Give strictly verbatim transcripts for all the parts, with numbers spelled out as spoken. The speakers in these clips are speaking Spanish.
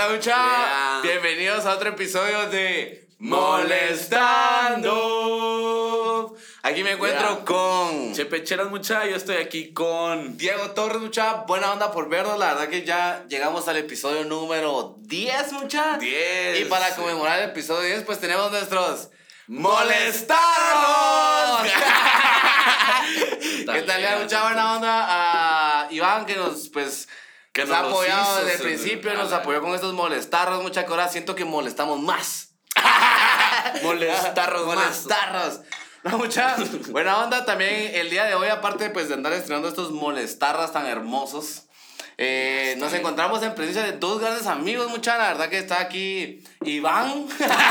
Hola, mucha. Yeah. Bienvenidos a otro episodio de Molestando. Aquí me encuentro yeah. con Chepecheras, mucha. Yo estoy aquí con Diego Torres, mucha. Buena onda por vernos. La verdad que ya llegamos al episodio número diez, mucha. diez. Y para conmemorar el episodio diez, pues tenemos nuestros Molestados. ¿Qué tal, mucha buena onda? A Iván, que nos, pues, que nos, nos ha apoyado hizo, desde el principio, nos apoyó con estos molestarros, mucha que ahora siento que molestamos más. molestarros, molestarros. No, mucha buena onda también el día de hoy, aparte pues de andar estrenando estos molestarras tan hermosos. Eh, nos encontramos en presencia de dos grandes amigos, mucha. La verdad que está aquí Iván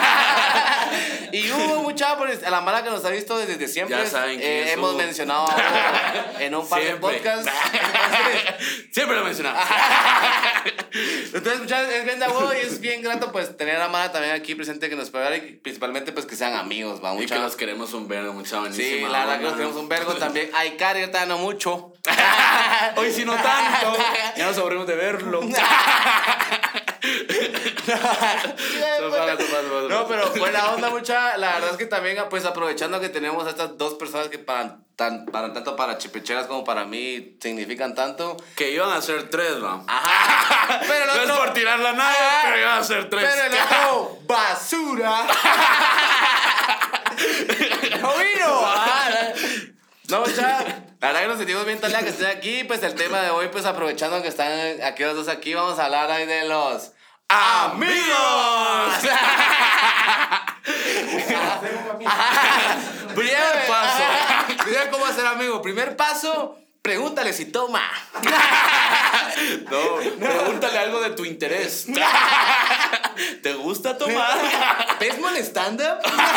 y Hugo, mucha, por la mala que nos ha visto desde siempre. Ya saben que eh, hemos Hugo. mencionado en un par siempre. de podcasts. Siempre lo mencionamos. Entonces, muchachos, es bien de huevo y es bien grato pues tener a Mara también aquí presente que nos pueda ver y principalmente pues que sean amigos, va, mucha. Y que los queremos un vergo, mucha buenísima. Sí, la verdad que los queremos un vergo también. Ay, Cari, ahorita no mucho. Hoy sí no tanto. Ya nos aburrimos de verlo. No, pero buena onda, mucha. La verdad es que también, pues aprovechando que tenemos a estas dos personas que para, tan, para tanto para Chepecheras como para mí significan tanto. Que iban a ser tres, va. Ajá. Pero el otro, no es por tirarla a nadie, ah, pero iban a ser tres. Pero el otro, basura. No vino. No, mucha. La verdad que nos sentimos bien talía que estén aquí. Pues el tema de hoy, pues aprovechando que están aquí los dos aquí, vamos a hablar hoy de los amigos. Primer paso. Mira cómo hacer amigo. Primer paso, pregúntale si toma. No, pregúntale algo de tu interés. ¿Te gusta tomar? ¿Ves molestando?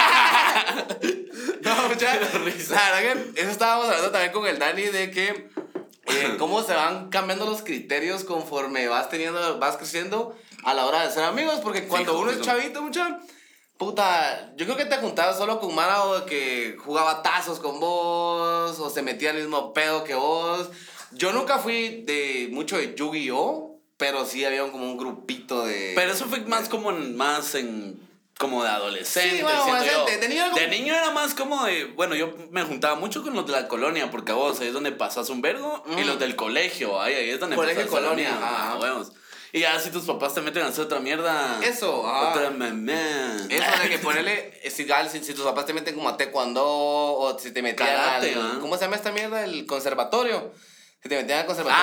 No, mucha. La verdad que eso estábamos hablando también con el Dani de que eh, cómo se van cambiando los criterios conforme vas teniendo, vas creciendo a la hora de ser amigos, porque cuando sí, uno es chavito, mucha puta, yo creo que te juntabas solo con Mara o que jugaba tazos con vos o se metía al mismo pedo que vos. Yo nunca fui de mucho de Yu-Gi-Oh, pero sí había como un grupito de. Pero eso fue más como en, más en como de adolescente. Sí, bueno, adolescente. De niño, como... de niño era más como de. Bueno, yo me juntaba mucho con los de la colonia, porque a vos ahí es donde pasas un vergo. Mm. Y los del colegio, ahí, ahí es donde colegio pasas colonia. Ah, huevos. Y ya si tus papás te meten a hacer otra mierda. Eso, ah. Otra mamá. Eso de que ponerle. Si, si, si tus papás te meten como a taekwondo o si te metían. Karate, al, ¿eh? ¿Cómo se llama esta mierda? El conservatorio. Si te metían al conservatorio.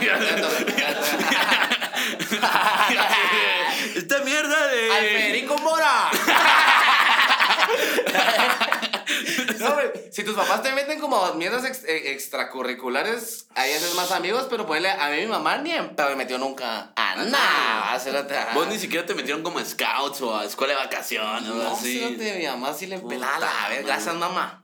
Ah, esta mierda de. ¡Al Federico Mora! No, hombre, si tus papás te meten como mierdas ex, extracurriculares, ahí haces más amigos, pero ponele a mí mi mamá ni en pedo me metió nunca a nada. Vos ni siquiera te metieron como a scouts o a escuela de vacaciones. No, así. Sí, mi mamá sí le empelaba. A ver, gracias, mamá.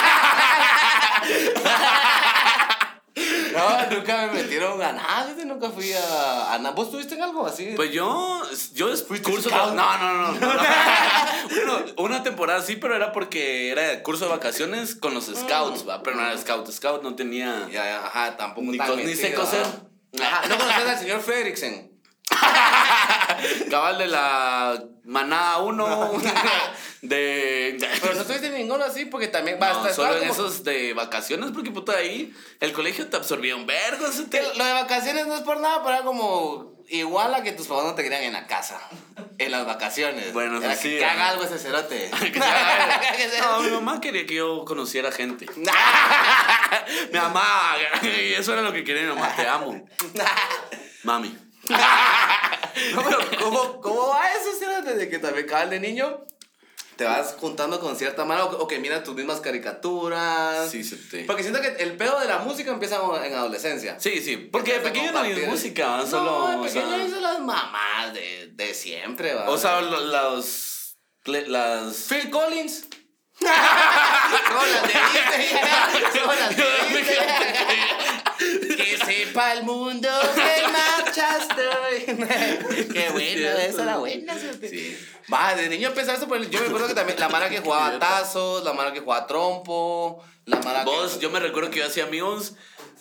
No, nunca me metieron a nada, nunca fui a, a nada. ¿Vos estuviste en algo así? Pues yo, yo curso de, no, no, no, no, no. Bueno, una temporada sí, pero era porque era curso de vacaciones con los scouts, va, pero no era scout, scout no tenía. Ya, ya, ajá, tampoco ni, tan ni metido, sé coser. Ajá, ¿no conocías al señor Fredricksen? Cabal de la manada uno de... Pero no estuviste en ninguno así porque también... No, basta, solo en como... esos de vacaciones porque puta ahí el colegio te absorbía un vergo. Te... Lo de vacaciones no es por nada, pero era como igual a que tus papás no te querían en la casa. En las vacaciones. Bueno, era sí, que, sí, que haga algo ese cerote. No, mi mamá quería que yo conociera gente. Mi mamá, y eso era lo que quería mi mamá. Te amo. Mami. No, pero ¿cómo, ¿cómo va eso, cerote? De que también cabal de niño te vas juntando con cierta mano o que miras tus mismas caricaturas. Sí, sí, sí. Porque siento que el pedo de la música empieza en adolescencia. Sí, sí. Porque de pequeño no hay música, no, solo. de pequeño o sea, hizo las mamás de, de siempre, ¿va? O sea, los. Las. Phil Collins. Como las de Disney. Como las de Disney. Que sepa el mundo que marcha estoy. Qué bueno, esa era buena. Sí. Va, de niño empezaba eso, pero yo me acuerdo que también la mara que jugaba tazos, la mara que jugaba trompo, la mara Vos, que... yo me recuerdo que yo hacía amigos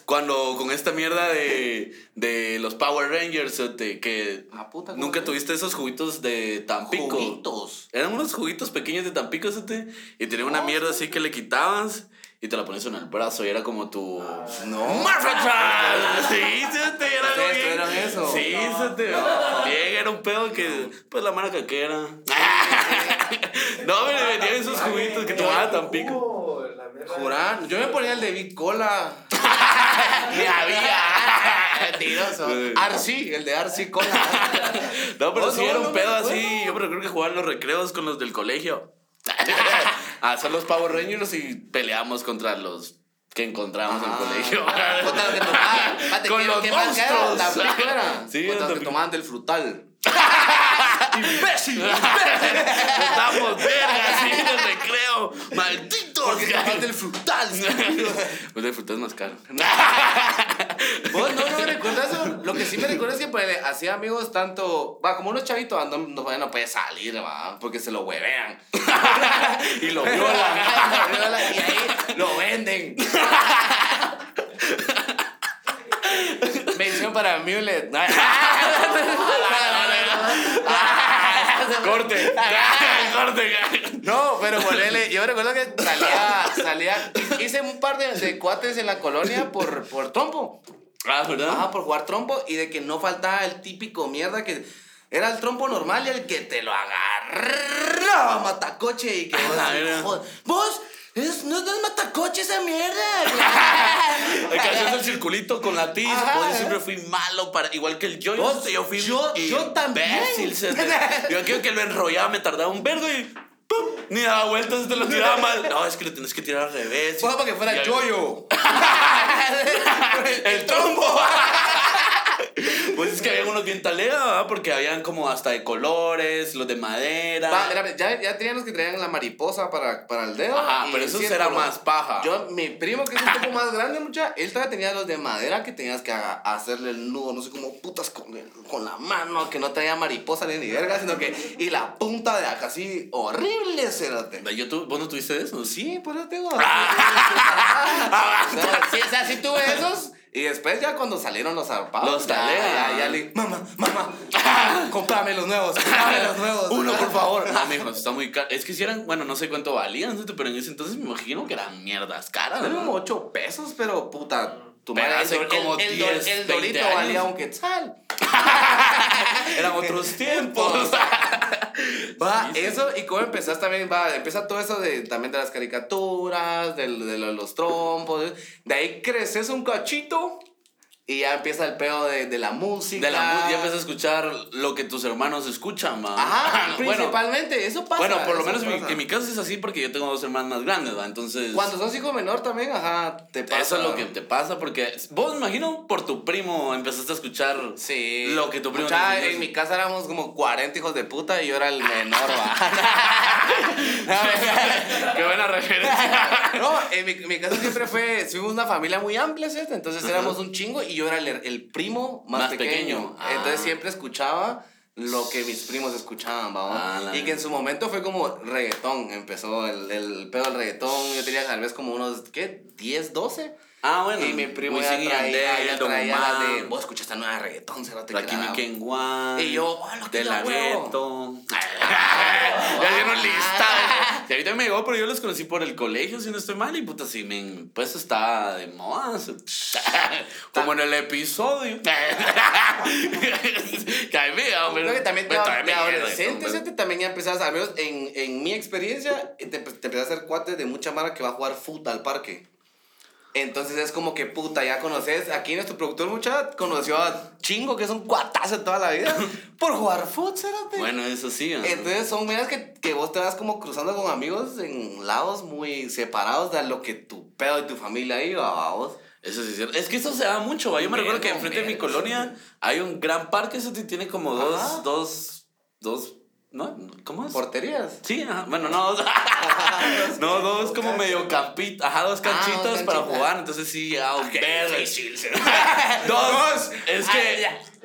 Cuando con esta mierda de, de los Power Rangers, te, que Ah, puta, nunca ¿cómo? tuviste esos juguitos de Tampico. Juguitos. Eran unos juguitos pequeños de Tampico, te, y tenía una mierda así que le quitabas y te la ponías en el brazo y era como tu... No. ¡Marfa! Sí, te, era ¿Ustedes bien. tuvieron eso? Sí, te, bien, era un pedo que... Pues la marca que era. No, me venían esos juguitos que tomaba Tampico. Jurar, yo me ponía el de Big Cola. Ni había. Mentiroso. Arcy, el de Arcy Cola. No, pero Oh, sí no, era no un me pedo acuerdo. así. Yo creo que jugaban los recreos con los del colegio. A hacer los Power Rangers y peleamos contra los que encontramos en el colegio. Contra los que tomaban. Mate, Con ¿qué- los qué marca era? monstruos. ¿Tampico era? Sí, Contra era los que Tampico. tomaban del frutal. ¡Imbécil! Estamos vergas así en el recreo. ¡Malditos! Porque tomaban del frutal. Pues el frutal es más caro. Vos no, no me recuerdas eso. Lo que sí me recuerdo es que pues, hacía amigos tanto. Va, como unos chavitos no, no, no puede salir, va, porque se lo huevean. Y lo Lo violan. violan y ahí lo venden. Mención para Mulet. Corte. Corte. No, pero ponele, yo recuerdo que salía, salía, hice un par de, de cuates en la colonia por, por trompo. Ah, ¿verdad? Ajá, por jugar trompo y de que no faltaba el típico mierda que era el trompo normal y el que te lo agarraba matacoche y que vos, Ah, mira. joder, vos, es, no, no es matacoche esa mierda. El que hacías el circulito con la tiz. Ajá. Pues yo siempre fui malo para. Igual que el yo. Vos, Yo fui. yo- yo también. imbécil, se te- Yo aquello que lo enrollaba me tardaba un vergo y. ¡Pum! Ni daba vueltas, te lo tiraba mal. No, es que lo tienes que tirar al revés. Fue para que fuera Y- yoyo. El trompo. Pues es que había unos bien talega, ¿verdad? Porque habían como hasta de colores, los de madera. Va, mira, ya, ya tenían los que traían la mariposa para, para el dedo. Ajá, y pero el eso círculo. era más paja. Yo, mi primo, que es un poco más grande, mucha, él todavía tenía los de madera que tenías que haga- hacerle el nudo, no sé cómo putas con, el- con la mano, que no traía mariposa ni ni verga, sino que. Y la punta de acá así, horrible, cérate. Yo tu- ¿Vos no tuviste eso? Sí, por eso tengo. Ah, O sea, sí, o sea, sí tuve esos. Y después ya cuando salieron los zarpados. Los ya, talea. ya, ya le. Mamá, mamá, comprame los nuevos, comprame los nuevos. Uno, por favor. Ah, mijo, está muy caro. Es que si eran, bueno, no sé cuánto valían, ¿sí? Pero en ese entonces me imagino que eran mierdas caras. Eran ¿no? como ocho pesos, pero puta. Tu Pero madre, hace el, como el, el, diez, el veinte dorito años. valía un quetzal. Eran otros tiempos. Va, Sí, sí. eso, y cómo empezás también, va, empieza todo eso de, también de las caricaturas, del- de, lo- los trompos, de ahí creces un cachito y ya empieza el pedo de, de la música. De la música, ya empiezas a escuchar lo que tus hermanos escuchan, man. Ajá, Bueno, principalmente, eso pasa. bueno, por lo eso menos en mi, pasa. en mi caso es así porque yo tengo dos hermanas más grandes, ¿va? Entonces. Cuando sos hijo menor también, ajá, te pasa. Eso es lo que te pasa porque vos, me imagino, por tu primo empezaste a escuchar Sí. lo que tu primo Mucha, te enseñó. en mi casa éramos como cuarenta hijos de puta y yo era el menor, va. Qué buena referencia. No, en mi, mi casa siempre fue, fuimos una familia muy amplia, ¿cierto? Entonces éramos un chingo y yo era el, el primo más, Más pequeño. pequeño. Ah. Entonces siempre escuchaba lo que mis primos escuchaban, ¿va? Ah, la Y que en su momento fue como reggaetón, empezó el, el pedo del reggaetón. Yo tenía tal vez como unos, ¿qué? diez, doce. Ah, bueno. Y mi primo ya Wisin y traía, Yandel, ya Don traía las de, Omar, vos escuchaste nueva reggaetón, cerote. Rakim y Kenwan. Y yo, oh, lo que De la la huevo. Gueto. Ya hicieron lista. Y ahorita me llegó, pero yo los conocí por el colegio, si no estoy mal. Y puta, sí, men, pues está de moda. Como en el episodio. Que ahí me, hombre. Creo que también te, Pues, de todavía me adolescente, llega, ¿cierto? También ya empezás, al menos en, en mi experiencia, te, te empezás a hacer cuates de mucha mara que va a jugar fútbol al parque. Entonces es como que puta, ya conoces, aquí nuestro productor mucha conoció a Chingo, que es un cuatazo de toda la vida, por jugar fútbol, ¿cérate? Bueno, eso sí. ¿no? Entonces son medidas que, que vos te vas como cruzando con amigos en lados muy separados de lo que tu pedo y tu familia iba, ¿va vos? Eso sí es cierto. Es que eso se da mucho, ¿va? Yo me Vergo, recuerdo que enfrente de mi vergo, colonia hay un gran parque, eso sí tiene como dos, Ajá. dos, dos, ¿no? ¿Cómo es? Porterías. Sí, ajá. Bueno, no, dos. No, dos como medio campitas, ajá, dos canchitas dos para canchitas. jugar, entonces sí, ah, un Qué verga. difícil. Dos, es que Ah, ya.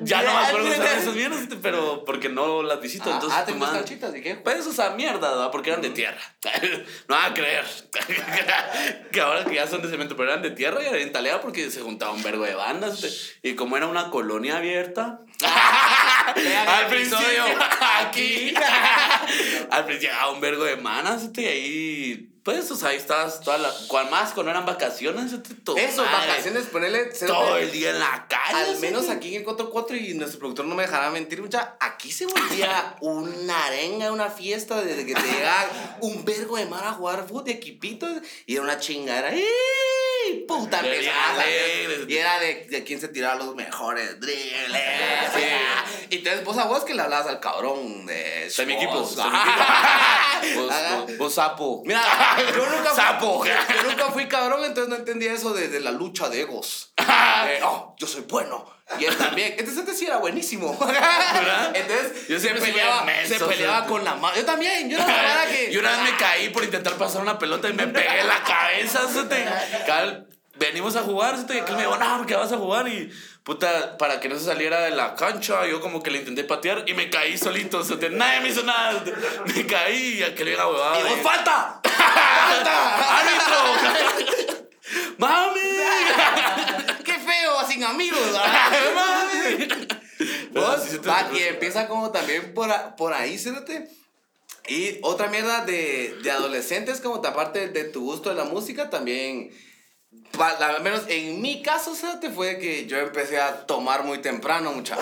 Ya no me acuerdo de esas mierdas, pero porque no las visito. Ah, entonces, ah, ¿te tomaban- gustan chitas? ¿Y qué? Pues esa mierda, ¿verdad? Porque eran de tierra. No van a creer. Que ahora que ya son de cemento, pero eran de tierra y eran en Talea porque se juntaba un vergo de bandas. Y como era una colonia abierta. Al principio, aquí. Al principio llegaba un vergo de manas, y ahí. Pues, o sea, ahí estabas toda la. Cual más cuando eran vacaciones, todo. Eso, madre. Vacaciones, ponerle. Todo el día en la calle. Al menos aquí en el cuatro cuatro, y nuestro productor no me dejará mentir, mucha. Aquí se volvía una arenga, una fiesta desde que te llegaba un vergo de mar a jugar fútbol de equipitos y era una chingadera. ¡Y! Puta De pesada. alegres. Y era de, de quién se tiraba los mejores dribles. Sí. Y entonces vos a vos que le hablabas al cabrón de. De mi equipo. Vos, de mi equipo. Vos, Ajá. vos, vos sapo. Mira, yo nunca fui, Sapo. yo nunca fui cabrón, entonces no entendía eso de, de la lucha de egos. De, oh, yo soy bueno. Y él también. Entonces este sí era buenísimo. ¿Verdad? Entonces Yo se siempre peleaba, fui inmenso, se peleaba o sea, con la mano. Yo también, yo era la mara que. Y una vez me caí por intentar pasar una pelota y me pegué en la cabeza. ¿Sete? Cal, venimos a jugar, ¿sete? Y aquel me dijo, no, ¿qué vas a jugar? Y puta, para que no se saliera de la cancha, yo como que le intenté patear y me caí solito. ¿Sete? Nadie me hizo nada. ¿sete? Me caí y aquel era huevada. ¡Y vos de- falta! ¡Falta! ¡Árbitro! ¡Mami! ¡Qué feo! Sin amigos. ¡Mami! Vos, Sí, sí te- va, y empieza como también por, a- por ahí, ¿cérate? Y otra mierda de, de adolescentes, como te- aparte de tu gusto de la música, también, pa- la- al menos en mi caso, ¿cérate? Fue que yo empecé a tomar muy temprano, muchacho.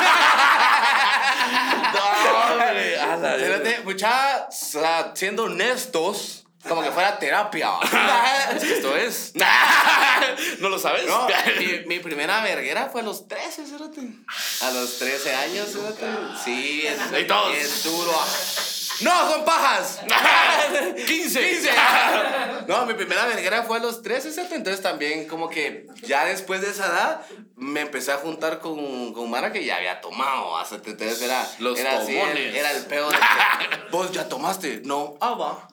No, hombre. A la Cérate, mucha, o sea, siendo honestos, como que fuera terapia. Es que esto es. ¿No lo sabes? No, mi, mi primera verguera fue a los trece, cérate. A los trece años, cérate. Sí, es, Y todos. es duro. ¡No, son pajas! quince. quince. No, mi primera verguera fue a los trece, cérate. Entonces también como que ya después de esa edad me empecé a juntar con, con Mara que ya había tomado. Hasta entonces era, Los era así, tomones. era, era el peor. de que, ¿vos ya tomaste? No. Ah, va.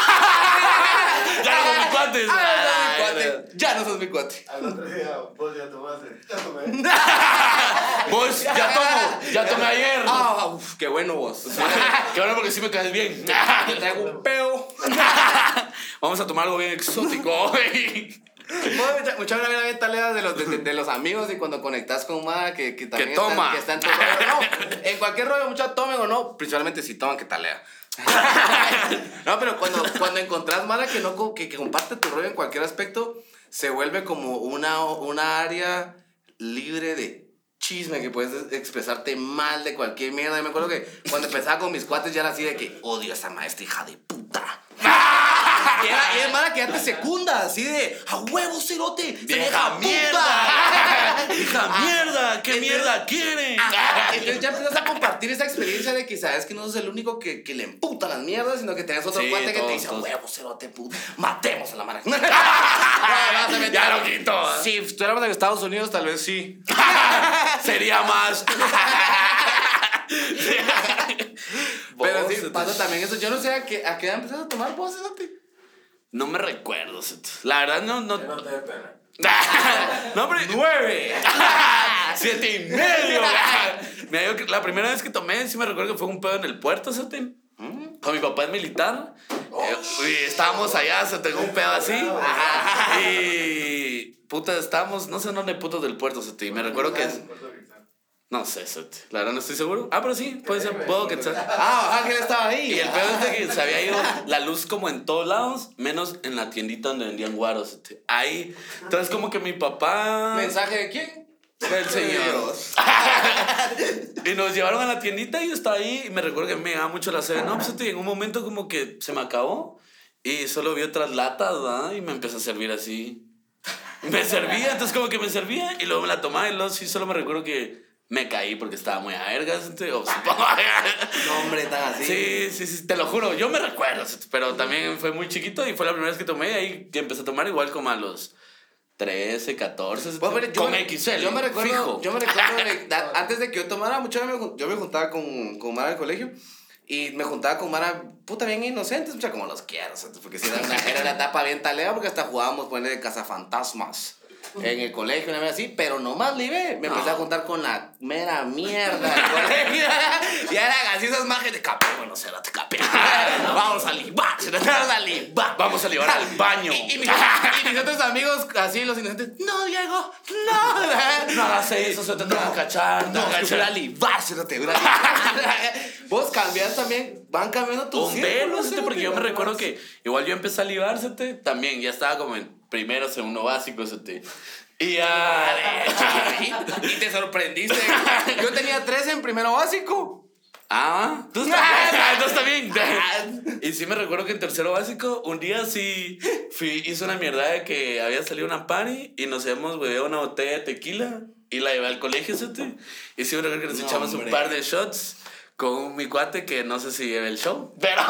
Ya no son mis cuates. Ah, no sos mi Ay, cuate. Ya no sos mi cuate. Al otro día, vos ya tomaste. Ya tomé. Vos, ya tomo. Ya tomé ayer. Ah, uf, qué bueno vos. Qué bueno porque sí me caes bien. Te traigo un peo. Vamos a tomar algo bien exótico. güey. Mucha, mucha vida bien talea de los, de, de, de los amigos y cuando conectas con Mara que, que también Que toma. Están, que están en tu rollo. No, en cualquier rollo, muchachos, tomen o no, principalmente si toman, que talea. No, pero cuando, cuando encontrás Mara que, no, co- que, que comparte tu rollo en cualquier aspecto, se vuelve como una, una área libre de chisme, que puedes expresarte mal de cualquier mierda. Yo me acuerdo que cuando empezaba con mis cuates ya era así de que odio a esa maestra hija de puta. Y era, y es Mara que ya te secunda, así de a huevo, cerote, Vieja puta. mierda. Hija Ah, mierda. ¿Qué entonces- mierda quiere? Ajá, entonces ya empiezas a compartir esa experiencia de que sabes que no sos el único que, que le emputa las mierdas, sino que tenés otro Sí, cuate que todos, te dice, todos. huevo, cerote, puta, matemos a la Mara. Ya lo quito. Si estuviéramos en Estados Unidos, tal vez sí. Sería más. Pero Vos, sí, pasa también eso. Yo no sé a qué, a qué edad empezaste a tomar vos, cerote. No me recuerdo. La verdad, no. no... Que no te dé pena. No, hombre. ¡Nueve! Siete y medio. Mira, yo que la primera vez que tomé, sí me recuerdo que fue un pedo en el puerto, ¿sete? Con mi papá es militar. Eh, y estábamos allá, se tengo un pedo así. Y puta, estábamos, no sé en dónde putos del puerto, ¿sete? Y me recuerdo que es. No sé, ¿sete? La verdad no estoy seguro. Ah, pero sí, puede ser, puedo que sea. Ah, Ángel estaba ahí. Y el pedo es de que se había ido la luz como en todos lados, menos en la tiendita donde vendían guaros. ¿sete? Ahí. Entonces, como que mi papá. ¿Mensaje de quién? Del señor. Dios. Y nos llevaron a la tiendita y yo estaba ahí y me recuerdo que me daba mucho la sed. No, pues en un momento como que se me acabó y solo vi otras latas, ¿verdad? Y me empezó a servir así. Me servía, entonces como que me servía y luego me la tomaba y luego sí solo me recuerdo que me caí porque estaba muy a vergas. entonces, o supongo- No, hombre, tan así. Sí, sí, sí, te lo juro, yo me recuerdo, pero también fue muy chiquito y fue la primera vez que tomé y ahí que empecé a tomar igual como a los trece, catorce, Bueno, pero yo con me, X L. Yo me recuerdo, fijo. yo me recuerdo de, da- antes de que yo tomara mucho, yo me, jun- yo me juntaba con, con Mara del colegio y me juntaba con Mara, puta, bien inocentes, mucha como los quiero, ¿sabes? Porque sí, era una, era una etapa bien talea porque hasta jugábamos, ponerle de cazafantasmas. en el colegio, una vez así, pero nomás libre. Me empecé a juntar con la mera mierda del colegio. Y eran así esas majes de capé, bueno, será te capé. Vamos a libar, vamos a libar. Vamos a libar al baño. Y, y, mis, y mis otros amigos, así los inocentes, no, Diego, no. No hagas eso, se te tengo que cachar. No, te es que voy a libar, se no te voy a libar. Vos cambias también, van cambiando tus Un velo, porque yo me recuerdo que igual yo empecé a libar, ¿sete? También, ya estaba como en primero, segundo básico, ¿sete? Y ya... y, y te sorprendiste. Yo tenía tres en primero básico. Ah, tú estás bien, está bien. Y sí me recuerdo que en tercero básico, un día sí fui, hice una mierda de que había salido una party y nos habíamos bebido una botella de tequila y la llevé al colegio, ¿sete? Y sí me recuerdo que nos No, echamos hombre. un par de shots con mi cuate que no sé si lleve el show, pero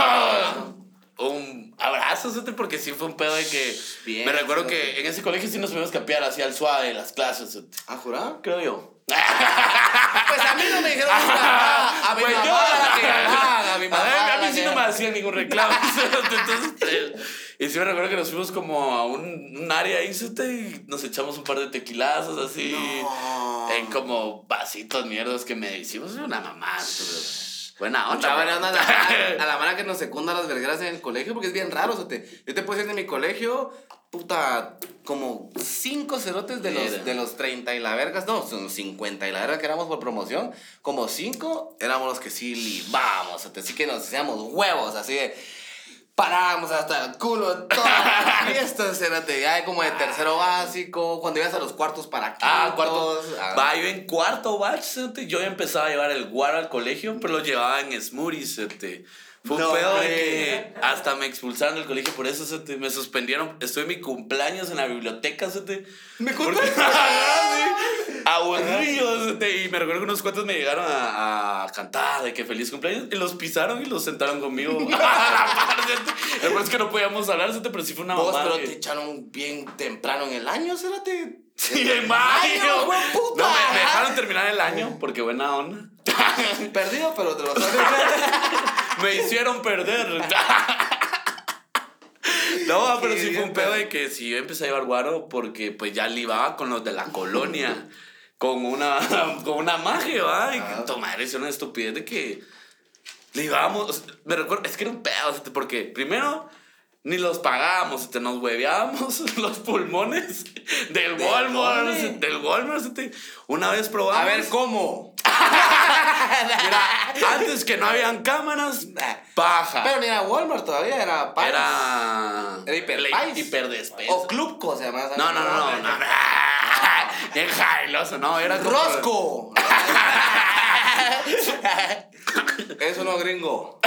un abrazo, ¿sete? Porque sí fue un pedo de que... Bien, me recuerdo ¿sete? que en ese colegio sí nos pudimos capear así al suave de las clases, ¿sete? ¿Ah, jurá? Creo yo. Pues a mí no me dijeron nada. A mi Pues mamá yo- la que ganaba, a mi mamá. A, ver, a la mí sí que- no me hacían ningún reclamo. Entonces, eh, y sí me recuerdo que nos fuimos como a un, un área ahí, ¿sete? Y nos echamos un par de tequilazos así. No. En como vasitos mierdas que me hicimos una mamá. entonces, Buena onda. Mucha buena onda a la pero- manera- a la manera que nos secundan las vergueras en el colegio, porque es bien raro, o sea, te- yo te puedo decir de mi colegio, puta, como cinco cerotes de Mira. los, de los treinta y la vergas, no, son cincuenta y la verga que éramos por promoción, como cinco éramos los que sí libábamos, o sea, así que nos hacíamos huevos, así de... Parábamos hasta el culo de todas las fiestas, cerote, ya como de tercero básico, cuando ibas a los cuartos para Ah, cuarto. quintos, ah. Va, yo en cuarto batch, ¿sete? Yo ya empezaba a llevar el guaro al colegio, pero lo llevaba en smoothies, ¿sete? Fue un No, pedo de hombre. que hasta me expulsaron del colegio por eso, ¿sete? Me suspendieron. Estuve en mi cumpleaños en la biblioteca, ¿sete? ¿Me Porque- contaste? Sí, aburridos, ¿sete? Y me recuerdo que unos cuantos me llegaron a, a cantar de que feliz cumpleaños y los pisaron y los sentaron conmigo a la par, ¿sete? El problema es que no podíamos hablar, ¿sete? Pero sí fue una Vos, mamada. pero que- te echaron bien temprano en el año, cerote. Sí, en mayo. ¡Ay, buen puta! No, me, me dejaron terminar el año porque buena onda. Perdido, pero te lo sabes. Me hicieron perder. No, pero sí fue un pedo de que si yo empecé a llevar guaro porque pues ya libaba con los de la colonia. Con una, con una magia, ¿va? Y Ah. tomar es una estupidez de que libábamos. Me recuerdo, es que era un pedo, ¿sí? Porque primero ni los pagábamos, ¿sí? Nos hueveábamos los pulmones del ¿De Walmart. dónde? ¿sí? Del Walmart, ¿sí? Una vez probamos. A ver, ¿cómo? Mira, antes que no habían cámaras, paja. Pero ni era Walmart todavía, era Pais. Era. Era Hiper Le- Pais. Hiperdespensa. O Clubco se llama. No, no, no, no. no, no. Bien jailoso, no. Era como- Rosco. Eso no, gringo.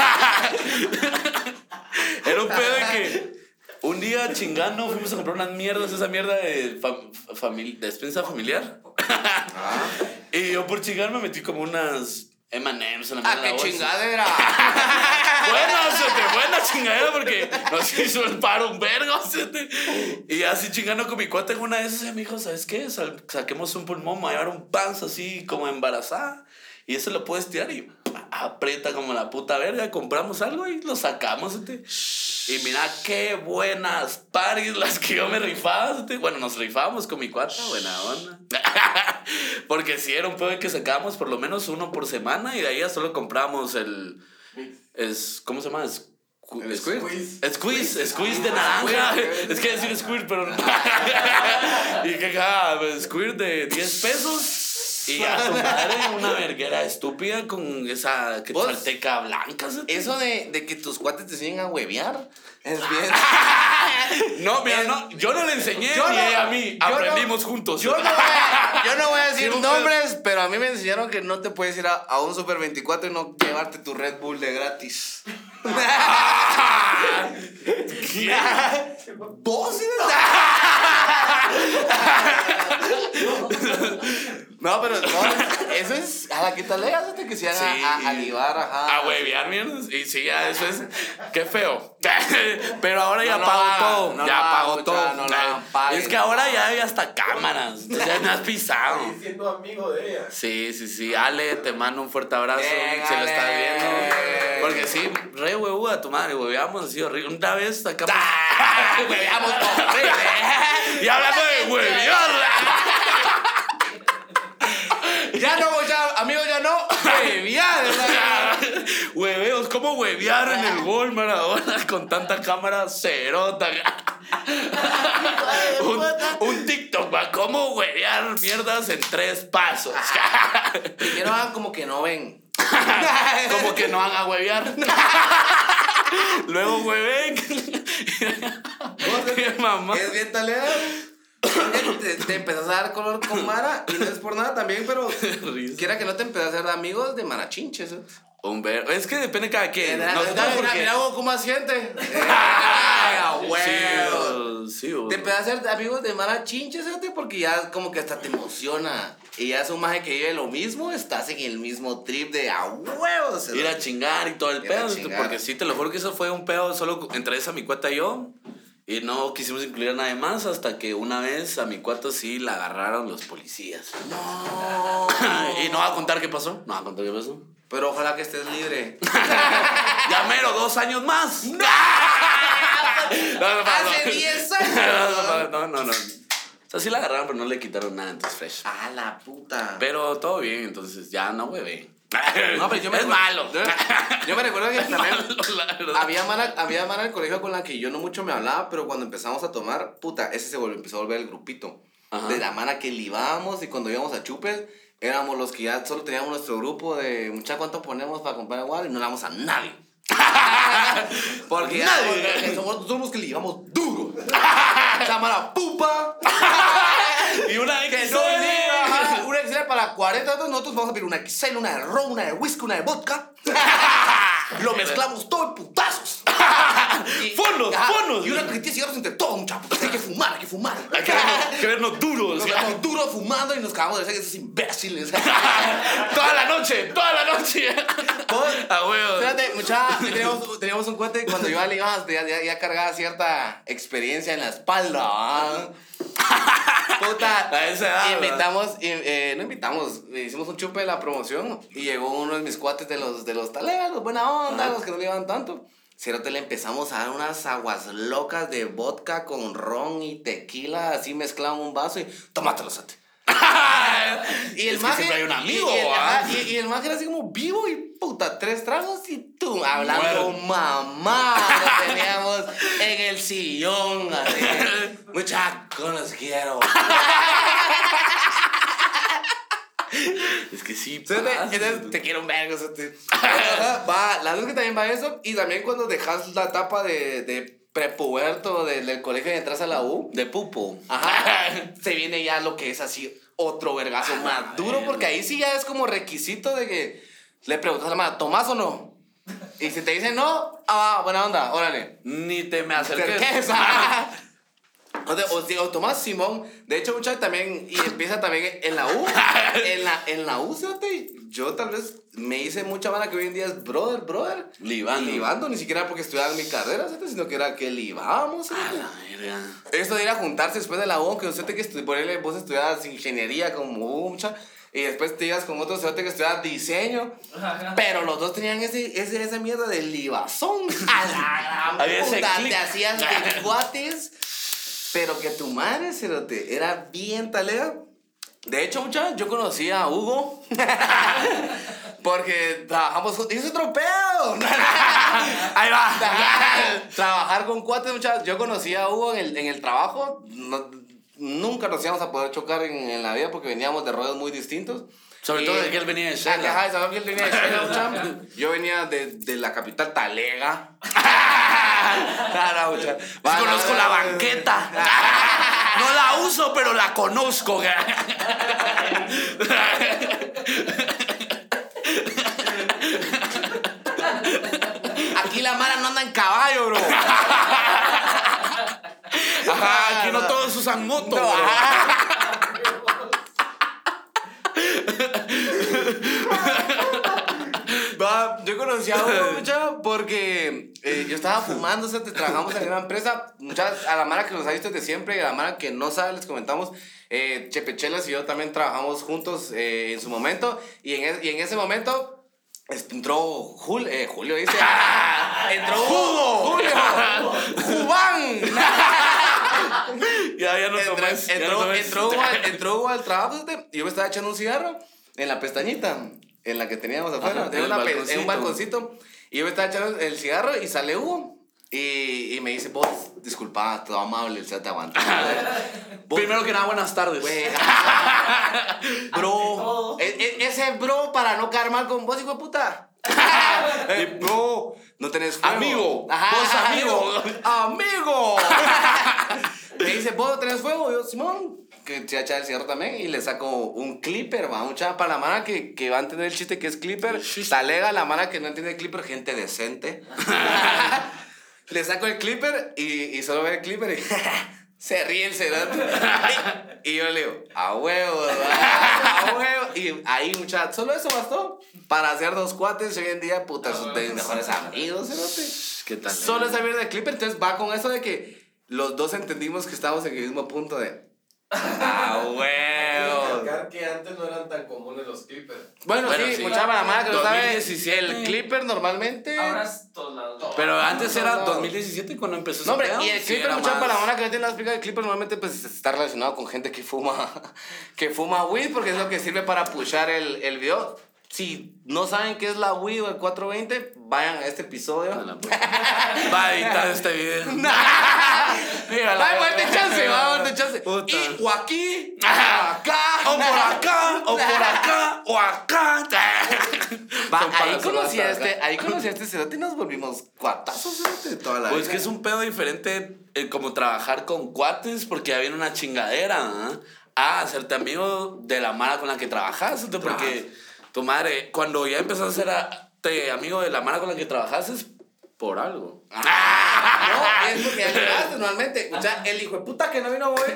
Era un pedo de que un día chingando fuimos a comprar unas mierdas, esa mierda de fam- famili- despensa familiar. Ah, Y yo por chingar me metí como unas eme and eme's en la ah mierda de qué la bolsa. chingadera. Buena, sete, buena chingadera porque nos hizo el paro un vergo, sete. Y así chingando con mi cuate en una de esas, me dijo, ¿sabes qué? Sal- saquemos un pulmón, me voy a llevar un panza así como embarazada. Y eso lo puedes tirar y aprieta como la puta verga. Compramos algo y lo sacamos, sete. Y mira qué buenas paris las que yo me rifaba, sete. Bueno, nos rifábamos con mi cuate, buena onda. Porque si era un pedo de que sacábamos por lo menos uno por semana y de ahí ya solo compramos el... Es, ¿cómo se llama? Es, ¿El squirt? Squeeze, squeeze de naranja. squirt. Es que decir squirt, pero. Y que cada squirt de diez pesos. Y a tu madre, una verguera estúpida con esa que ¿Vos? salteca blanca. ¿sí? Eso de, de que tus cuates te enseñen a huevear es bien. No, mira, no, yo no le enseñé Yo ni no- ella a mí. yo Aprendimos no- juntos. Yo no, voy a, yo no voy a decir Sí, nombres, pero a mí me enseñaron que no te puedes ir a, a un Super veinticuatro y no llevarte tu Red Bull de gratis. ¿Quién? ¿Vos? No, pero no, eso es a la que te leas, que se Sí. a, a, a libar, ajá. A huevear, mierdas. Y sí, ya eso es. Qué feo. Pero ahora ya No lo pago hagan, todo. no ya lo pago hagan, todo. muchacha, no lo hagan, paguen. Es que ahora ya hay hasta cámaras. Ya me has pisado. Estoy siendo amigo de ella. Sí, sí, sí. Ale, te mando un fuerte abrazo. Bien, Se lo estás Ale. viendo. Porque sí, re huevuda tu madre, hueveamos así horrible. Una vez sacamos. Hueveamos horrible. Y hablando de huevear. Ya no, ya, amigos, ya no. Huevear, ¿verdad? Hueveos, ¿cómo huevear en el gol, Maradona? Con tanta cámara cerota. un, un TikTok, va. ¿Cómo huevear mierdas en tres pasos? Primero hagan como que no ven. Como que no van a huevear. Luego hueven. Mamá. Es bien talera. Te, te empezás a dar color con Mara y no es por nada también, pero Risa. quiera que no te empezás a hacer amigos de marachinches. ¿eh? Un ver. Es que depende de cada quien. Mira, Nosotros mira, porque- mira vos cómo asiente. Ay, a huevo. Sí, sí, Te empezás a hacer amigos de marachinches, ¿sí? Porque ya como que hasta te emociona. Y ya es un maje que vive lo mismo, estás en el mismo trip de a huevos. ¿sí? ir a chingar y todo el Ir a pedo. chingar. Porque sí, te lo juro que eso fue un pedo solo entre esa mi cuata y yo. Y no quisimos incluir a nadie más hasta que una vez a mi cuata sí la agarraron los policías. No. Y no va a contar qué pasó. No va a contar qué pasó. Pero ojalá que estés libre. Ya mero, dos años más. No, no, no, Hace diez años. No, no, no, no. O sea, sí la agarraron, pero no le quitaron nada, entonces fresh. A la puta. Pero todo bien, entonces ya no hueve. No, pero yo me es recuerdo- malo. Yo, yo me recuerdo que también Malo, la verdad. había mana, había mana en el colegio con la que yo no mucho me hablaba, pero cuando empezamos a tomar, puta, ese se volvió, empezó a volver el grupito. Ajá. De la mana que libábamos y cuando íbamos a chupes, éramos los que ya solo teníamos nuestro grupo de, mucha, ¿cuánto ponemos para comprar igual? Y no le damos a nadie. Porque ya Nadie. porque somos nosotros los que libamos duro. Esa mana pupa. Y una Que X no liga, ajá. Una X L para cuarenta, entonces nosotros vamos a pedir una X L, una de ron, una de whisky, una de vodka. Lo mezclamos todo en putazos. Y- Fonos, ajá, fonos. Y una cajetilla de cigarros entre todos, muchachos. Hay que fumar, hay que fumar. Hay que vernos, que vernos duros. Nos quedamos duros fumando y nos cagamos de risa, esos imbéciles. Toda la noche, toda la noche. A huevo. Espérate, mucha, teníamos, teníamos un cuate que cuando yo le iba, ya, ya, ya cargaba cierta experiencia en la espalda. ¿ah? Puta, A esa edad, invitamos, y, eh, no invitamos, hicimos un chupe de la promoción y llegó uno de mis cuates de los, de los talegas, los buena onda, Ajá. los que no le iban tanto. Cerote, le empezamos a dar unas aguas locas de vodka con ron y tequila, así mezclado en un vaso y tómatelo, Sate. Y el Es que maje, siempre hay un amigo, y, y el, ¿ah? ajá, y, y el maje era así como vivo y puta, tres tragos y tú hablando Muerto. mamá, lo teníamos en el sillón, así. Muchachos, los quiero. Es que sí, Entonces, pasa. entonces, te quiero un vergo. o sea, te- Ajá, va, la verdad es que también va eso. Y también cuando dejas la etapa de, de prepuberto del, del colegio y entras a la U. De pupo. Ajá. Se viene ya lo que es así otro vergazo más duro. Porque ahí sí ya es como requisito de que le preguntas a la mamá, ¿tomás o no? Y si te dicen no, ah, buena onda, órale. Ni te me acerques. Certeza. O, de- o, si- o Tomás Simón, de hecho, muchachos, también, y empieza también en la U. En la, en la U, fíjate, yo tal vez me hice mucha mala que hoy en día es brother, brother. Libando. Libando, ni siquiera porque estudiaba mi carrera, fíjate, sino que era que libábamos. A fíjate. la verga. Esto de ir a juntarse después de la U, que usted que estu- ponele, vos estudiabas ingeniería como U, mucha, y después te ibas con otro cerote que estudiaba diseño, pero los dos tenían ese, ese, esa mierda de libazón. A la gran Había ese puta, click. te hacías de cuates, pero que tu madre, cerote, era bien talera. De hecho, mucha, yo conocí a Hugo, porque trabajamos juntos, y es otro pedo. Ahí va. Trabajar con cuates, muchachos. Yo conocí a Hugo en el, en el trabajo. No- nunca nos íbamos a poder chocar en, en la vida porque veníamos de rollos muy distintos. Sobre Y- todo de que él venía de Ah, Shela. que, ajá, sabes que él venía de Shela, mucha. Yo venía de, de la capital Talega. Claro, mucha. Sí, conozco la banqueta. No la uso, pero la conozco. Aquí la mara no anda en caballo, bro. Ajá, aquí no todos usan moto. No, bro. ajá. conocí a Hugo, mucha, porque eh, yo estaba fumando, o sea, te trabajamos en una empresa. Muchas, a la mara que nos ha visto desde siempre y a la mara que no sabe, les comentamos. Eh, Chepechelas y yo también trabajamos juntos eh, en su momento. Y en, es, y en ese momento entró Jul, eh, Julio, dice. ¡Ah! Entró Hugo. Julio. Jubán. Ya, ya no entró, tomes. entró, ya no tomes. entró, Hugo al, entró Hugo al trabajo y yo me estaba echando un cigarro en la pestañita, en la que teníamos afuera. Ajá, Tenía el una pe- balconcito. en un balconcito. Y yo me estaba echando el cigarro y sale Hugo. Y, y me dice, vos, disculpa, todo amable, el te aguanta. Vos, Primero que nada, buenas tardes. güey, bro, e- e- ese bro para no caer mal con vos, hijo de puta. Eh, bro, no tenés fuego. Amigo, Ajá, vos amigo. Amigo. Me dice, ¿vos no tenés fuego? Yo, Simón, que se echa el cigarro también y le saco un clipper, va, mucha para la mano que, que va a entender el chiste que es clipper. Talega la mano que no entiende el clipper, gente decente. Le saco el clipper y, y solo ve el clipper y se ríe el cerote. Y, y yo le digo, a huevo, a huevo. Y ahí, muchachos, solo eso bastó para hacer dos cuates. Hoy en día, puta, son de mejores amigos, cerote. ¿Qué tal? Solo esa mierda de clipper, entonces va con eso de que los dos entendimos que estábamos en el mismo punto de. ¡A huevo! Recalcar que antes no eran tan comunes los clippers. Bueno, Bueno, sí, sí. mucha para más que no sabe. dos mil diecisiete. El clipper normalmente. Ahora es todos lados. Pero antes No, era no. dos mil diecisiete cuando empezó ese No, hombre, pedo. y el Sí, clipper, era mucha más- para la mona que no tiene la explica, el clipper normalmente pues está relacionado con gente que fuma, que fuma weed porque es lo que sirve para pushar el, el video. Si no saben qué es la weed o el cuatrocientos veinte, vayan a este episodio. A la puta. Va a editar este video. Mira, va a darte chance, va a darte chance. Puta. Y o aquí, o acá, O por acá, o por acá, o acá. Va, Son ahí para conocí a solo este, ahí conocí a este cerote y nos volvimos cuatazos cerote, de toda la Pues vida. que es un pedo diferente eh, como trabajar con cuates porque ya viene una chingadera, ¿ah? A hacerte amigo de la mara con la que trabajas, ¿sí? Porque tu madre, cuando ya empezás a ser a- te, amigo de la mara con la que trabajas es por algo. No, es porque ya llegaste normalmente. O sea, el hijo de puta que no vino hoy.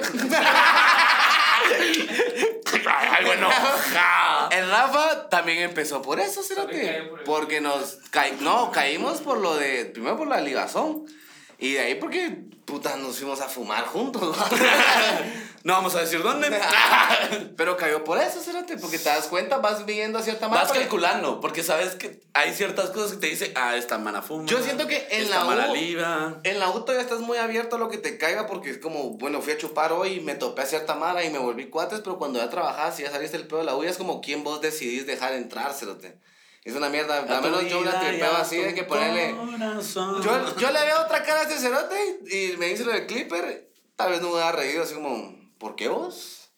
Ay, bueno. El Rafa también empezó por eso, Porque cerote. caí por el- Porque nos caí, no, caímos por lo de, primero por la ligazón. Y de ahí porque, puta, nos fuimos a fumar juntos. No vamos a decir dónde. Pero cayó por eso, cerote, porque te das cuenta, vas viviendo a cierta manera. Vas calculando, porque sabes que hay ciertas cosas que te dicen, ah, esta mana fuma. Yo siento que en esta la mana U- libra. En la U todavía estás muy abierto a lo que te caiga porque es como, bueno, fui a chupar hoy y me topé a cierta mara y me volví cuates, pero cuando ya trabajabas y ya saliste del pedo de la U, ya es como quién vos decidís dejar entrar, cerote. Es una mierda, A al tu menos yo la vida y tripeo a así tu de que ponerle... corazón. Yo, yo le veo otra cara a este cerote y me dice lo del clipper, tal vez no me hubiera reído así como, ¿por qué vos?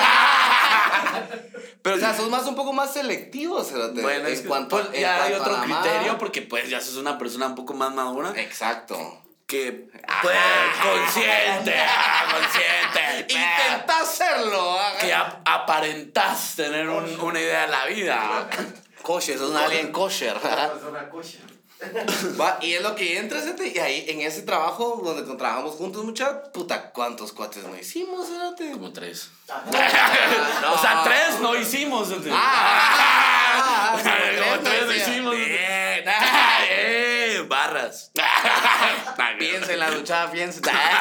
Pero o sea, sos más un poco más selectivo, cerote. Bueno, en es que cuanto, pues, en ya hay cuanto a otro la criterio mara. porque pues ya sos una persona un poco más madura Exacto. que pues consciente, ah, consciente. Intenta hacerlo. ah. Que ap- aparentás tener un- una idea de la vida. Kosher, sos un alien kosher. Una persona kosher. Va, y es lo que entra, cerote, y ahí en ese trabajo donde con- trabajamos juntos, mucha puta, ¿cuántos cuates no hicimos, cerote? Como tres. no. O sea, tres no hicimos. Ah, Como tres no decía. hicimos. Bien. Eh, barras. Piensa en la luchada, piensa.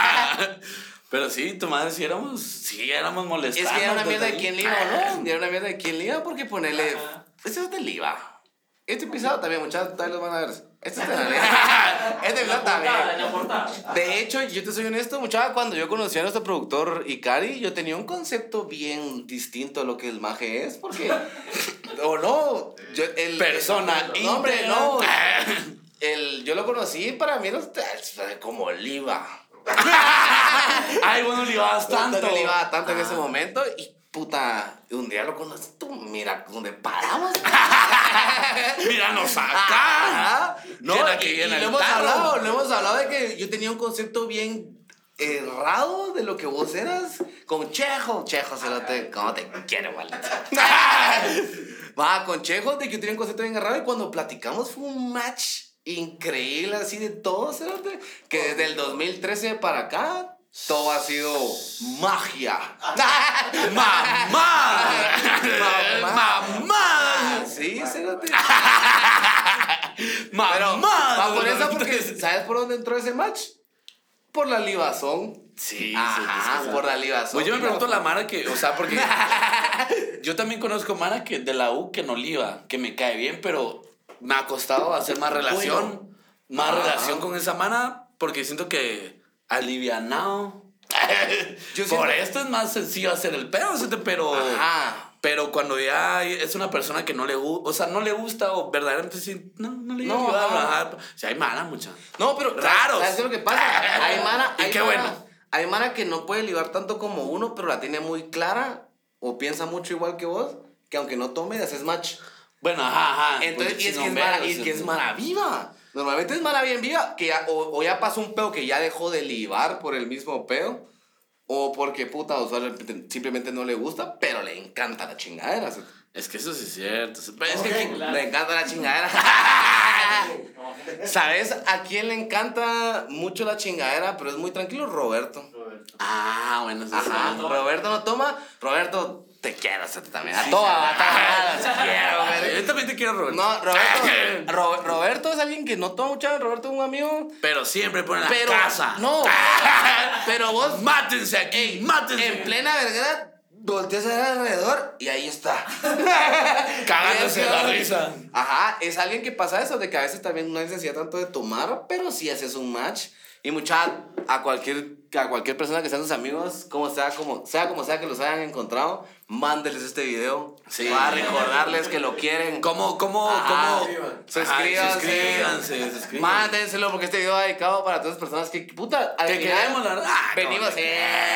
Pero sí, tu madre sí éramos, sí éramos Es molestados. que era una mierda de quién le iba, Ah. ¿no? Era una mierda de quién le iba porque ponerle. Este es del IVA. Este episodio también, muchachos, todavía los van a ver. Este es de la Este episodio también. En la portada. De hecho, yo te soy honesto, muchacha, cuando yo conocí a nuestro productor Ikari, yo tenía un concepto bien distinto a lo que el maje es, porque... o no, yo, el... Persona el, no, hombre, íntegra. no. El, yo lo conocí, para mí, no, como Oliva. Ay, bueno, le ibas tanto. No le iba tanto en Ah. ese momento y... Puta, un día lo conocí, tú, mira, donde paramos. Míranos acá. Ajá. No, Llena y, que y llena lo el hemos tarro. hablado, lo hemos hablado de que yo tenía un concepto bien errado de lo que vos eras con Chejo. Chejo, cerote, ¿cómo te quiero, maldito? Va, con Chejo, de que yo tenía un concepto bien errado y cuando platicamos fue un match increíble así de todo, cerote, que desde el dos mil trece para acá todo ha sido magia. ¡Mamá! Mamá. ¡Mamá! Sí, cerote. Pero mamá. va por eso porque, ¿sabes por dónde entró ese match? Por la libazón. Sí, Ajá, sí, sí. por la libazón. Pues yo me pregunto la Mara que, o sea, porque yo también conozco Mara que de la U que no liba, que me cae bien, pero me ha costado hacer más relación, Bueno. más Ajá. relación con esa Mara, porque siento que alivianado. Yo Por siento- esto es más sencillo hacer el pedo, ¿sí? pero Ajá. pero cuando ya es una persona que no le gusta, o sea, no le gusta o verdaderamente sí, no, no le No, ayuda a ajá. trabajar. O sea, hay Mara mucha. No, pero Raros. ¿sabes qué es lo que pasa? Hay Mara, Y hay qué Mara- bueno. Hay Mara que no puede libar tanto como uno, pero la tiene muy clara o piensa mucho igual que vos, que aunque no tome, haces match. Bueno, ajá, ajá. Entonces, porque y es, si que no es, Mara, veas, y es que es Mara viva. Normalmente es Mara bien viva, que ya, o, o ya pasó un pedo que ya dejó de libar por el mismo pedo, o porque puta, usualmente simplemente no le gusta, pero le encanta la chingadera. ¿Sí? Es que eso sí es cierto. Pero es que Ok. aquí- Le encanta la chingadera. ¿Sabes a quién le encanta mucho la chingadera, pero es muy tranquilo? Roberto. Roberto. Ah, bueno, eso Ajá, sí. Roberto no toma. Roberto, te quiero, o sea, también. A Sí, toda, sí. a toda, te quiero, güey. Yo también te quiero, Roberto. No, Roberto, Ro- Roberto es alguien que no toma mucho. Roberto es un amigo. Pero siempre pone la Pero, casa. no. Pero vos, Mátense aquí, mátense. en plena vergüenza, volteas a ver alrededor y ahí está. Cagándose Y es de la que- risa. Ajá, es alguien que pasa eso, de que a veces también no hay necesidad tanto de tomar, pero sí haces un match. Y mucha, a cualquier, a cualquier persona que sean sus amigos, como sea, como sea, como sea que los hayan encontrado, mándenles este video. Sí. Para recordarles que lo quieren. ¿Cómo, cómo, Ajá. cómo? Suscríbanse. Ajá, suscríbanse, suscríbanse. Mándenselo porque este video va dedicado para todas las personas que, puta, al Que final queremos, la verdad. Ah, venimos. como-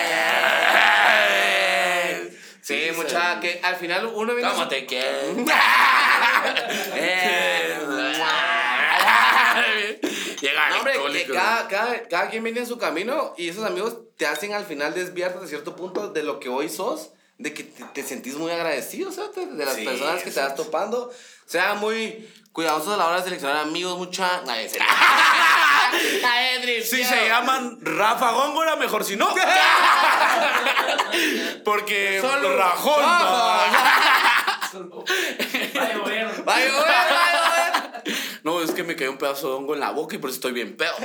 eh. Sí, Sí, mucha, sí. que al final uno viene. ¿Cómo te quiero? Eh. Llega No, hombre, que alcohólico. cada, cada, cada quien viene en su camino y esos amigos te hacen al final desviarte de cierto punto de lo que hoy sos, de que te, te sentís muy agradecido, ¿sabes? De las Sí, personas que te vas exacto. topando. Sea muy cuidadosos a la hora de seleccionar amigos, mucha. Ay, se- Ay, Edri, Si tío. se llaman Rafa Góngora, mejor si no. Porque Solo Rajón. Solo. Va a llover. Va a llover, va a llover. No, es que me cayó un pedazo de hongo en la boca y por eso estoy bien pedo.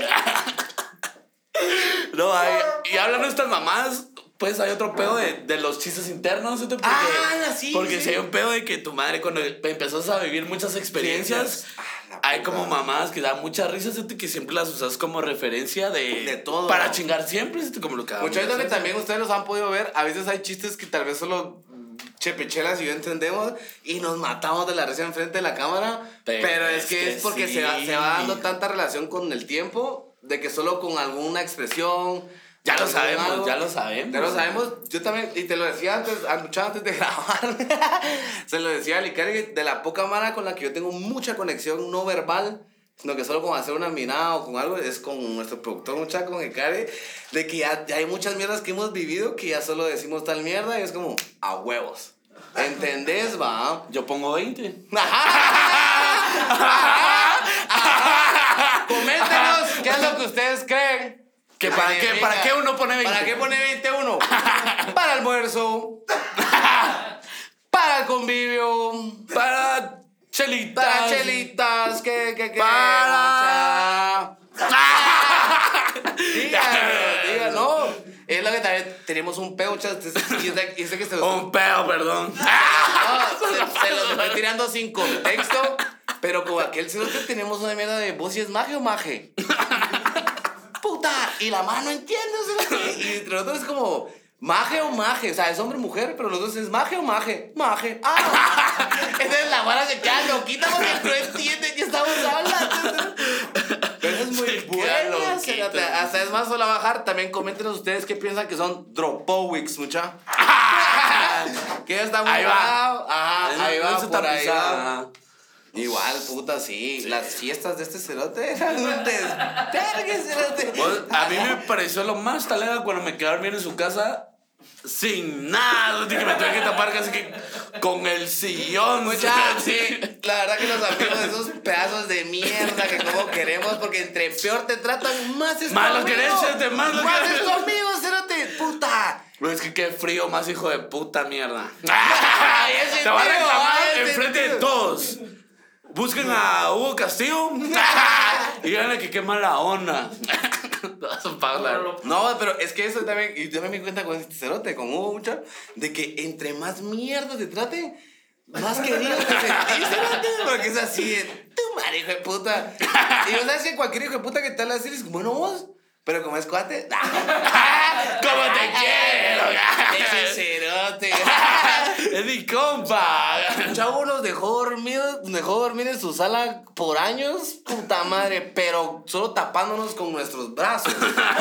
No, hay, y hablando de estas mamás, pues hay otro pedo de, de los chistes internos, ¿sí? Porque, Ah, sí, porque sí. si hay un pedo de que tu madre cuando empezás a vivir muchas experiencias, Ah, la hay puta. como mamás que dan mucha risa, ¿sí? Que siempre las usas como referencia de... De todo. Para chingar siempre, ¿sí? Como lo que Muchas veces que también ustedes los han podido ver, a veces hay chistes que tal vez solo Chepechelas y yo entendemos y nos matamos de la risa enfrente de la cámara, pero, Pero es es que, que es porque sí. se, va, se va dando tanta relación con el tiempo de que solo con alguna expresión... Ya lo algún sabemos, algo, ya lo sabemos. Ya lo sabemos, yo también, y te lo decía antes, mucho antes de grabar, se lo decía a Licari, que de la poca mara con la que yo tengo mucha conexión no verbal, sino que solo con hacer una mirada o con algo, es con nuestro productor, mucha con Icari, de que ya, ya hay muchas mierdas que hemos vivido que ya solo decimos tal mierda y es como, a huevos. ¿Entendés, va? Yo pongo veinte. Coméntenos qué es lo que ustedes creen. ¿Que para qué- para qué uno pone veinte? ¿Para qué pone veintiuno? Para almuerzo. Para el convivio. Para chelitas. Para chelitas. Que, que, que. Para- Díganos, díganos. No. Es lo que también tenemos un pedo, muchachos. Y es de- y es de que se los. Un pedo, perdón. No, se, se los estoy tirando sin contexto. Pero como aquel cerote tenemos una mierda de vos si es maje o maje. Puta, y la mano entiende, cerote. Y entre nosotros es como maje o maje. O sea, es hombre o mujer, pero los dos es maje o maje. Maje. Ah. Entonces la mano se queda loquita porque no entiende que estamos hablando. Pero es muy Se queda buena, loquita. cerote. Hasta es más solo bajar. También coméntenos ustedes qué piensan que son dropowics, mucha. Que ya está muy Ahí va. bravo. Ajá, ahí va, Eso por está ahí va. pisado. Igual, puta, sí. Las fiestas de este cerote eran un desvergue, cerote. Pues, a mí me pareció lo más talega cuando me quedaron bien en su casa sin nada. Dije, me tuve que tapar casi que con el sillón. Mucha, sí. La verdad que los amigos de esos pedazos de mierda que como queremos, porque entre peor te tratan, más es Más tu lo amigo. querés, cerote, más lo Más querés. es tu amigo, cerote, puta. Pero es que qué frío, más hijo de puta mierda. Ay, ese Te va a tío, reclamar ay, ese enfrente de tío. todos. Busquen a Hugo Castillo y díganle que qué mala onda. No, pero es que eso también, y también me di cuenta con este cerote, con Hugo, mucha, de que entre más mierda te trate, más querido te sentís, cerote, porque es así, de, tu madre, hijo de puta. Y vos sabes que cualquier hijo de puta que te habla así, es como, bueno, vos, pero como es cuate, ¿Cómo te quiero? ese cerote. Es mi compa. El chavo nos dejó dormidos, nos dejó dormir en su sala por años, puta madre, pero solo tapándonos con nuestros brazos.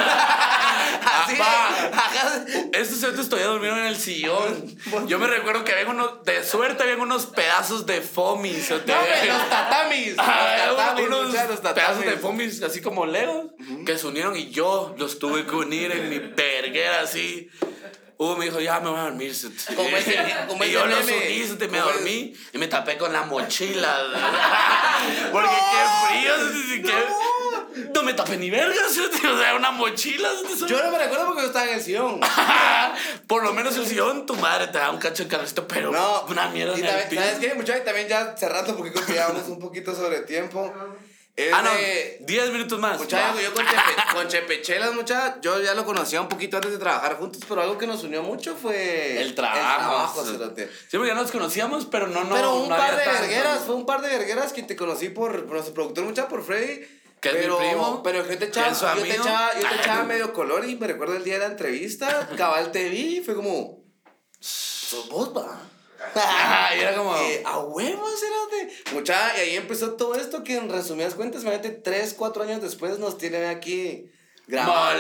Así, Ajá. Estos cerotes todavía durmieron en el sillón. Yo me recuerdo que había unos, de suerte, habían unos pedazos de foamy. no, hombre, los tatamis. Ah, Los tatamis, unos muchachos, los pedazos tatamis. de foamy así como legos que se unieron y yo los tuve que unir en mi verguera así. Hugo me dijo, ya me voy a dormir. Como ese- como y ese yo los meme. uní, se te me Como es- dormí y me tapé con la mochila. Porque qué frío. No, qué... no me tapé ni vergas. O sea, una mochila. Yo no me recuerdo porque yo estaba en el sillón. Por lo menos el sillón, tu madre te da un cacho de calorcito, pero No, una mierda y en el también, piso. ¿sabes qué, muchachos? También ya cerrando porque creo que ya vamos un poquito sobre tiempo. Es Ah, no, de- diez minutos más. Muchachos, Va. yo con, Chepe, con Chepechelas, muchachos, yo ya lo conocía un poquito antes de trabajar juntos, pero algo que nos unió mucho fue El trabajo. El trabajo, cerote. Siempre ya nos conocíamos, pero no, no. pero un no par había de tanto. vergueras, fue un par de vergueras que te conocí por, por nuestro productor, muchacho, por Freddy. Que es mi pero, primo, Pero yo te que echaba, es su yo te amigo. echaba, yo te echaba medio color y me recuerdo el día de la entrevista, cabal te vi y fue como, sos vos, va. Ajá, y era como. Eh, a huevos, cerote. Mucha, y ahí empezó todo esto que en resumidas cuentas, imagínate, tres, cuatro años después nos tienen aquí grabando,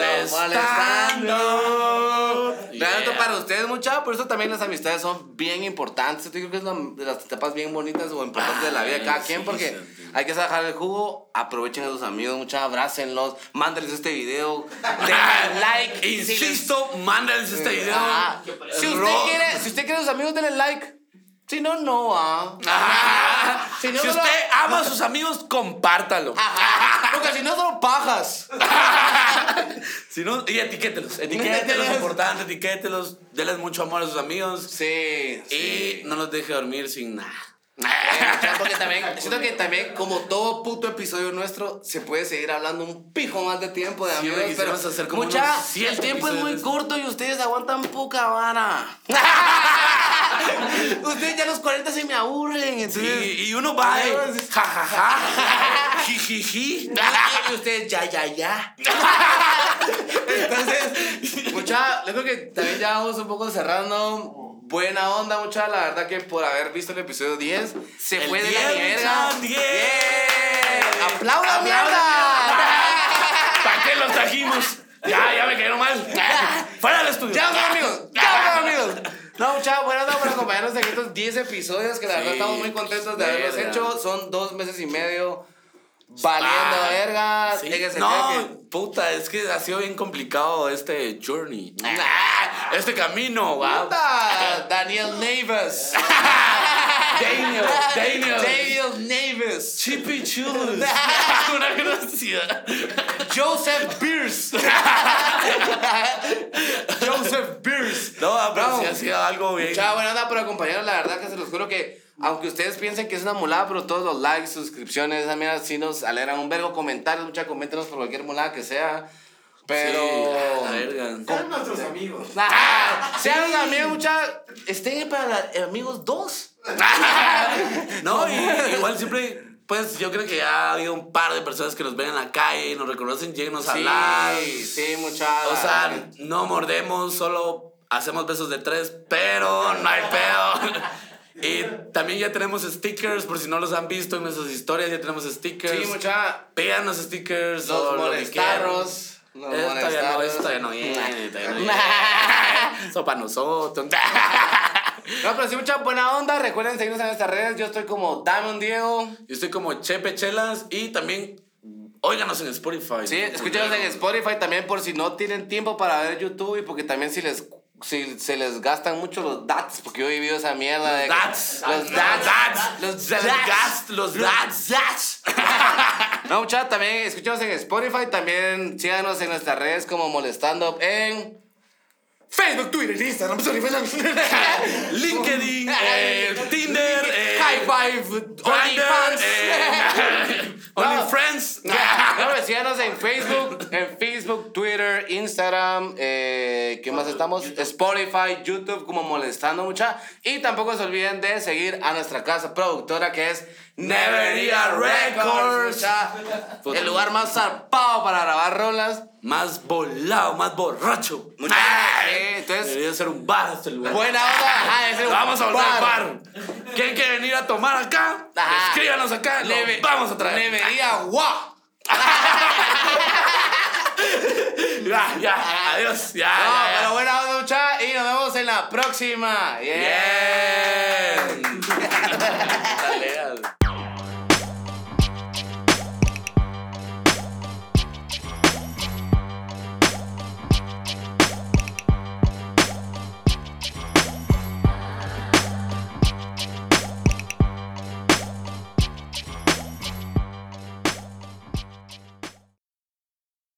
molestando. Grabando Yeah. para ustedes, mucha, por eso también las amistades son bien importantes. Yo creo que es una de las etapas bien bonitas o importantes de la vida de cada Ah, quien, sí, porque sí. hay que sacar el jugo. Aprovechen a sus amigos, mucha, abrácenlos, mándenles este video, denle like. si les- Insisto, mándales este video. Ah, si usted Ro- quiere, si usted quiere a sus amigos, denle like. Si no, no, ah. Ah, Si si no, no usted lo- ama a sus amigos, compártalo. Ajá, porque si no son pajas. Si no, y etiquételos. Etiquételos, importante, etiquételos. Denles mucho amor a sus amigos. Sí, Y no los deje dormir sin nada. Eh, porque también, siento que también, como todo puto episodio nuestro, se puede seguir hablando un pijo más de tiempo de Sí, amigos. hombre, Pero quisiéramos hacer como mucha, unos siete el tiempo es muy episodios. corto y ustedes aguantan poca vara. Ustedes ya a los cuarenta se me aburren. Entonces, Y, y uno va y ja, ja, ja, jijiji. y ustedes ya, ya, ya. Entonces, mucha, yo creo que también ya vamos un poco cerrando. Buena onda, mucha, la verdad que por haber visto el episodio diez, se El fue de la diez, verga. mucha, diez. Yeah. ¡Aplauda, Aplauda, mierda! ¿Para qué los trajimos? Ya, ya me quedaron mal. Fuera del estudio. ¡Ya, son amigos! ¡Ya, son amigos! No, mucha, buena onda por acompañarnos en estos diez episodios que la verdad Sí, estamos muy contentos de haberlos verga. hecho. Son dos meses y medio valiendo Ah, verga. sí. En el sentido No, que- puta, es que ha sido bien complicado este journey. Ah, este camino, wow. Puta, Daniel Neves. Daniel, Daniel. Daniel Neves. Chippy Chulus. Una gracia. Joseph Beers. Joseph Beers. No, pero No. sí ha sido algo bien. Chao, buena onda por acompañarnos. La verdad que se los juro que, aunque ustedes piensen que es una mulada, pero todos los likes, suscripciones, esa mierda sí nos alegran un vergo. Comentarios, mucha, coméntenos por cualquier mulada que sea. Pero. Sí, la verga. Sean nuestros amigos. Ah, sean los amigos, mucha. Estén para la- amigos dos. No, y, igual siempre, pues yo creo que ya ha habido un par de personas que nos ven en la calle y nos reconocen, lléguenos a hablar. Sí, sí, mucha. O sea, no mordemos, solo hacemos besos de tres, pero no hay pedo. Y también ya tenemos stickers, por si no los han visto en nuestras historias, ya tenemos stickers. Sí, mucha. Pídanos stickers Los o lo que molestarros. Los quieran. Esta ya no, molestarros. esta ya no viene, esta ya no viene. Eso para nosotros. No, pero sí, mucha buena onda. Recuerden seguirnos en nuestras redes. Yo estoy como Diamond Diego. Yo estoy como Chepe Chelas y también óiganos en Spotify. Sí, escúchenos en Spotify también por si no tienen tiempo para ver YouTube y porque también si les si se les gastan mucho los datos, porque yo he vivido esa mierda de que- Dats. los Los datos, dats. los Se les dats. gast- Los dats. Dats. No, muchachos, también escúchenos en Spotify, también síganos en nuestras redes como Molestando en Facebook, Twitter, Instagram, LinkedIn, eh, Tinder, eh, Hi-Fi. Five OnlyFans. Eh, No. OnlyFriends. Claro, síganos en Facebook, en Facebook, Twitter, Instagram, eh, ¿qué más estamos? Spotify, YouTube, como Molestando Mucha. Y tampoco se olviden de seguir a nuestra casa productora que es Nevería Records, mucha. El lugar más zarpado para grabar rolas. Más volado, más borracho. Mucha. Ay, Eh, entonces, debería ser un bar este lugar. buena onda. Ajá, es el Vamos a volver bar. bar. ¿Quién quiere venir a tomar acá? Ajá. Escríbanos acá. Neve- Los vamos a traer. Nevería Guau. Ya, ya. Adiós. Ya. No, ya, ya. pero buena onda, mucha. Y nos vemos en la próxima. Yeah. Bien. Dale, dale.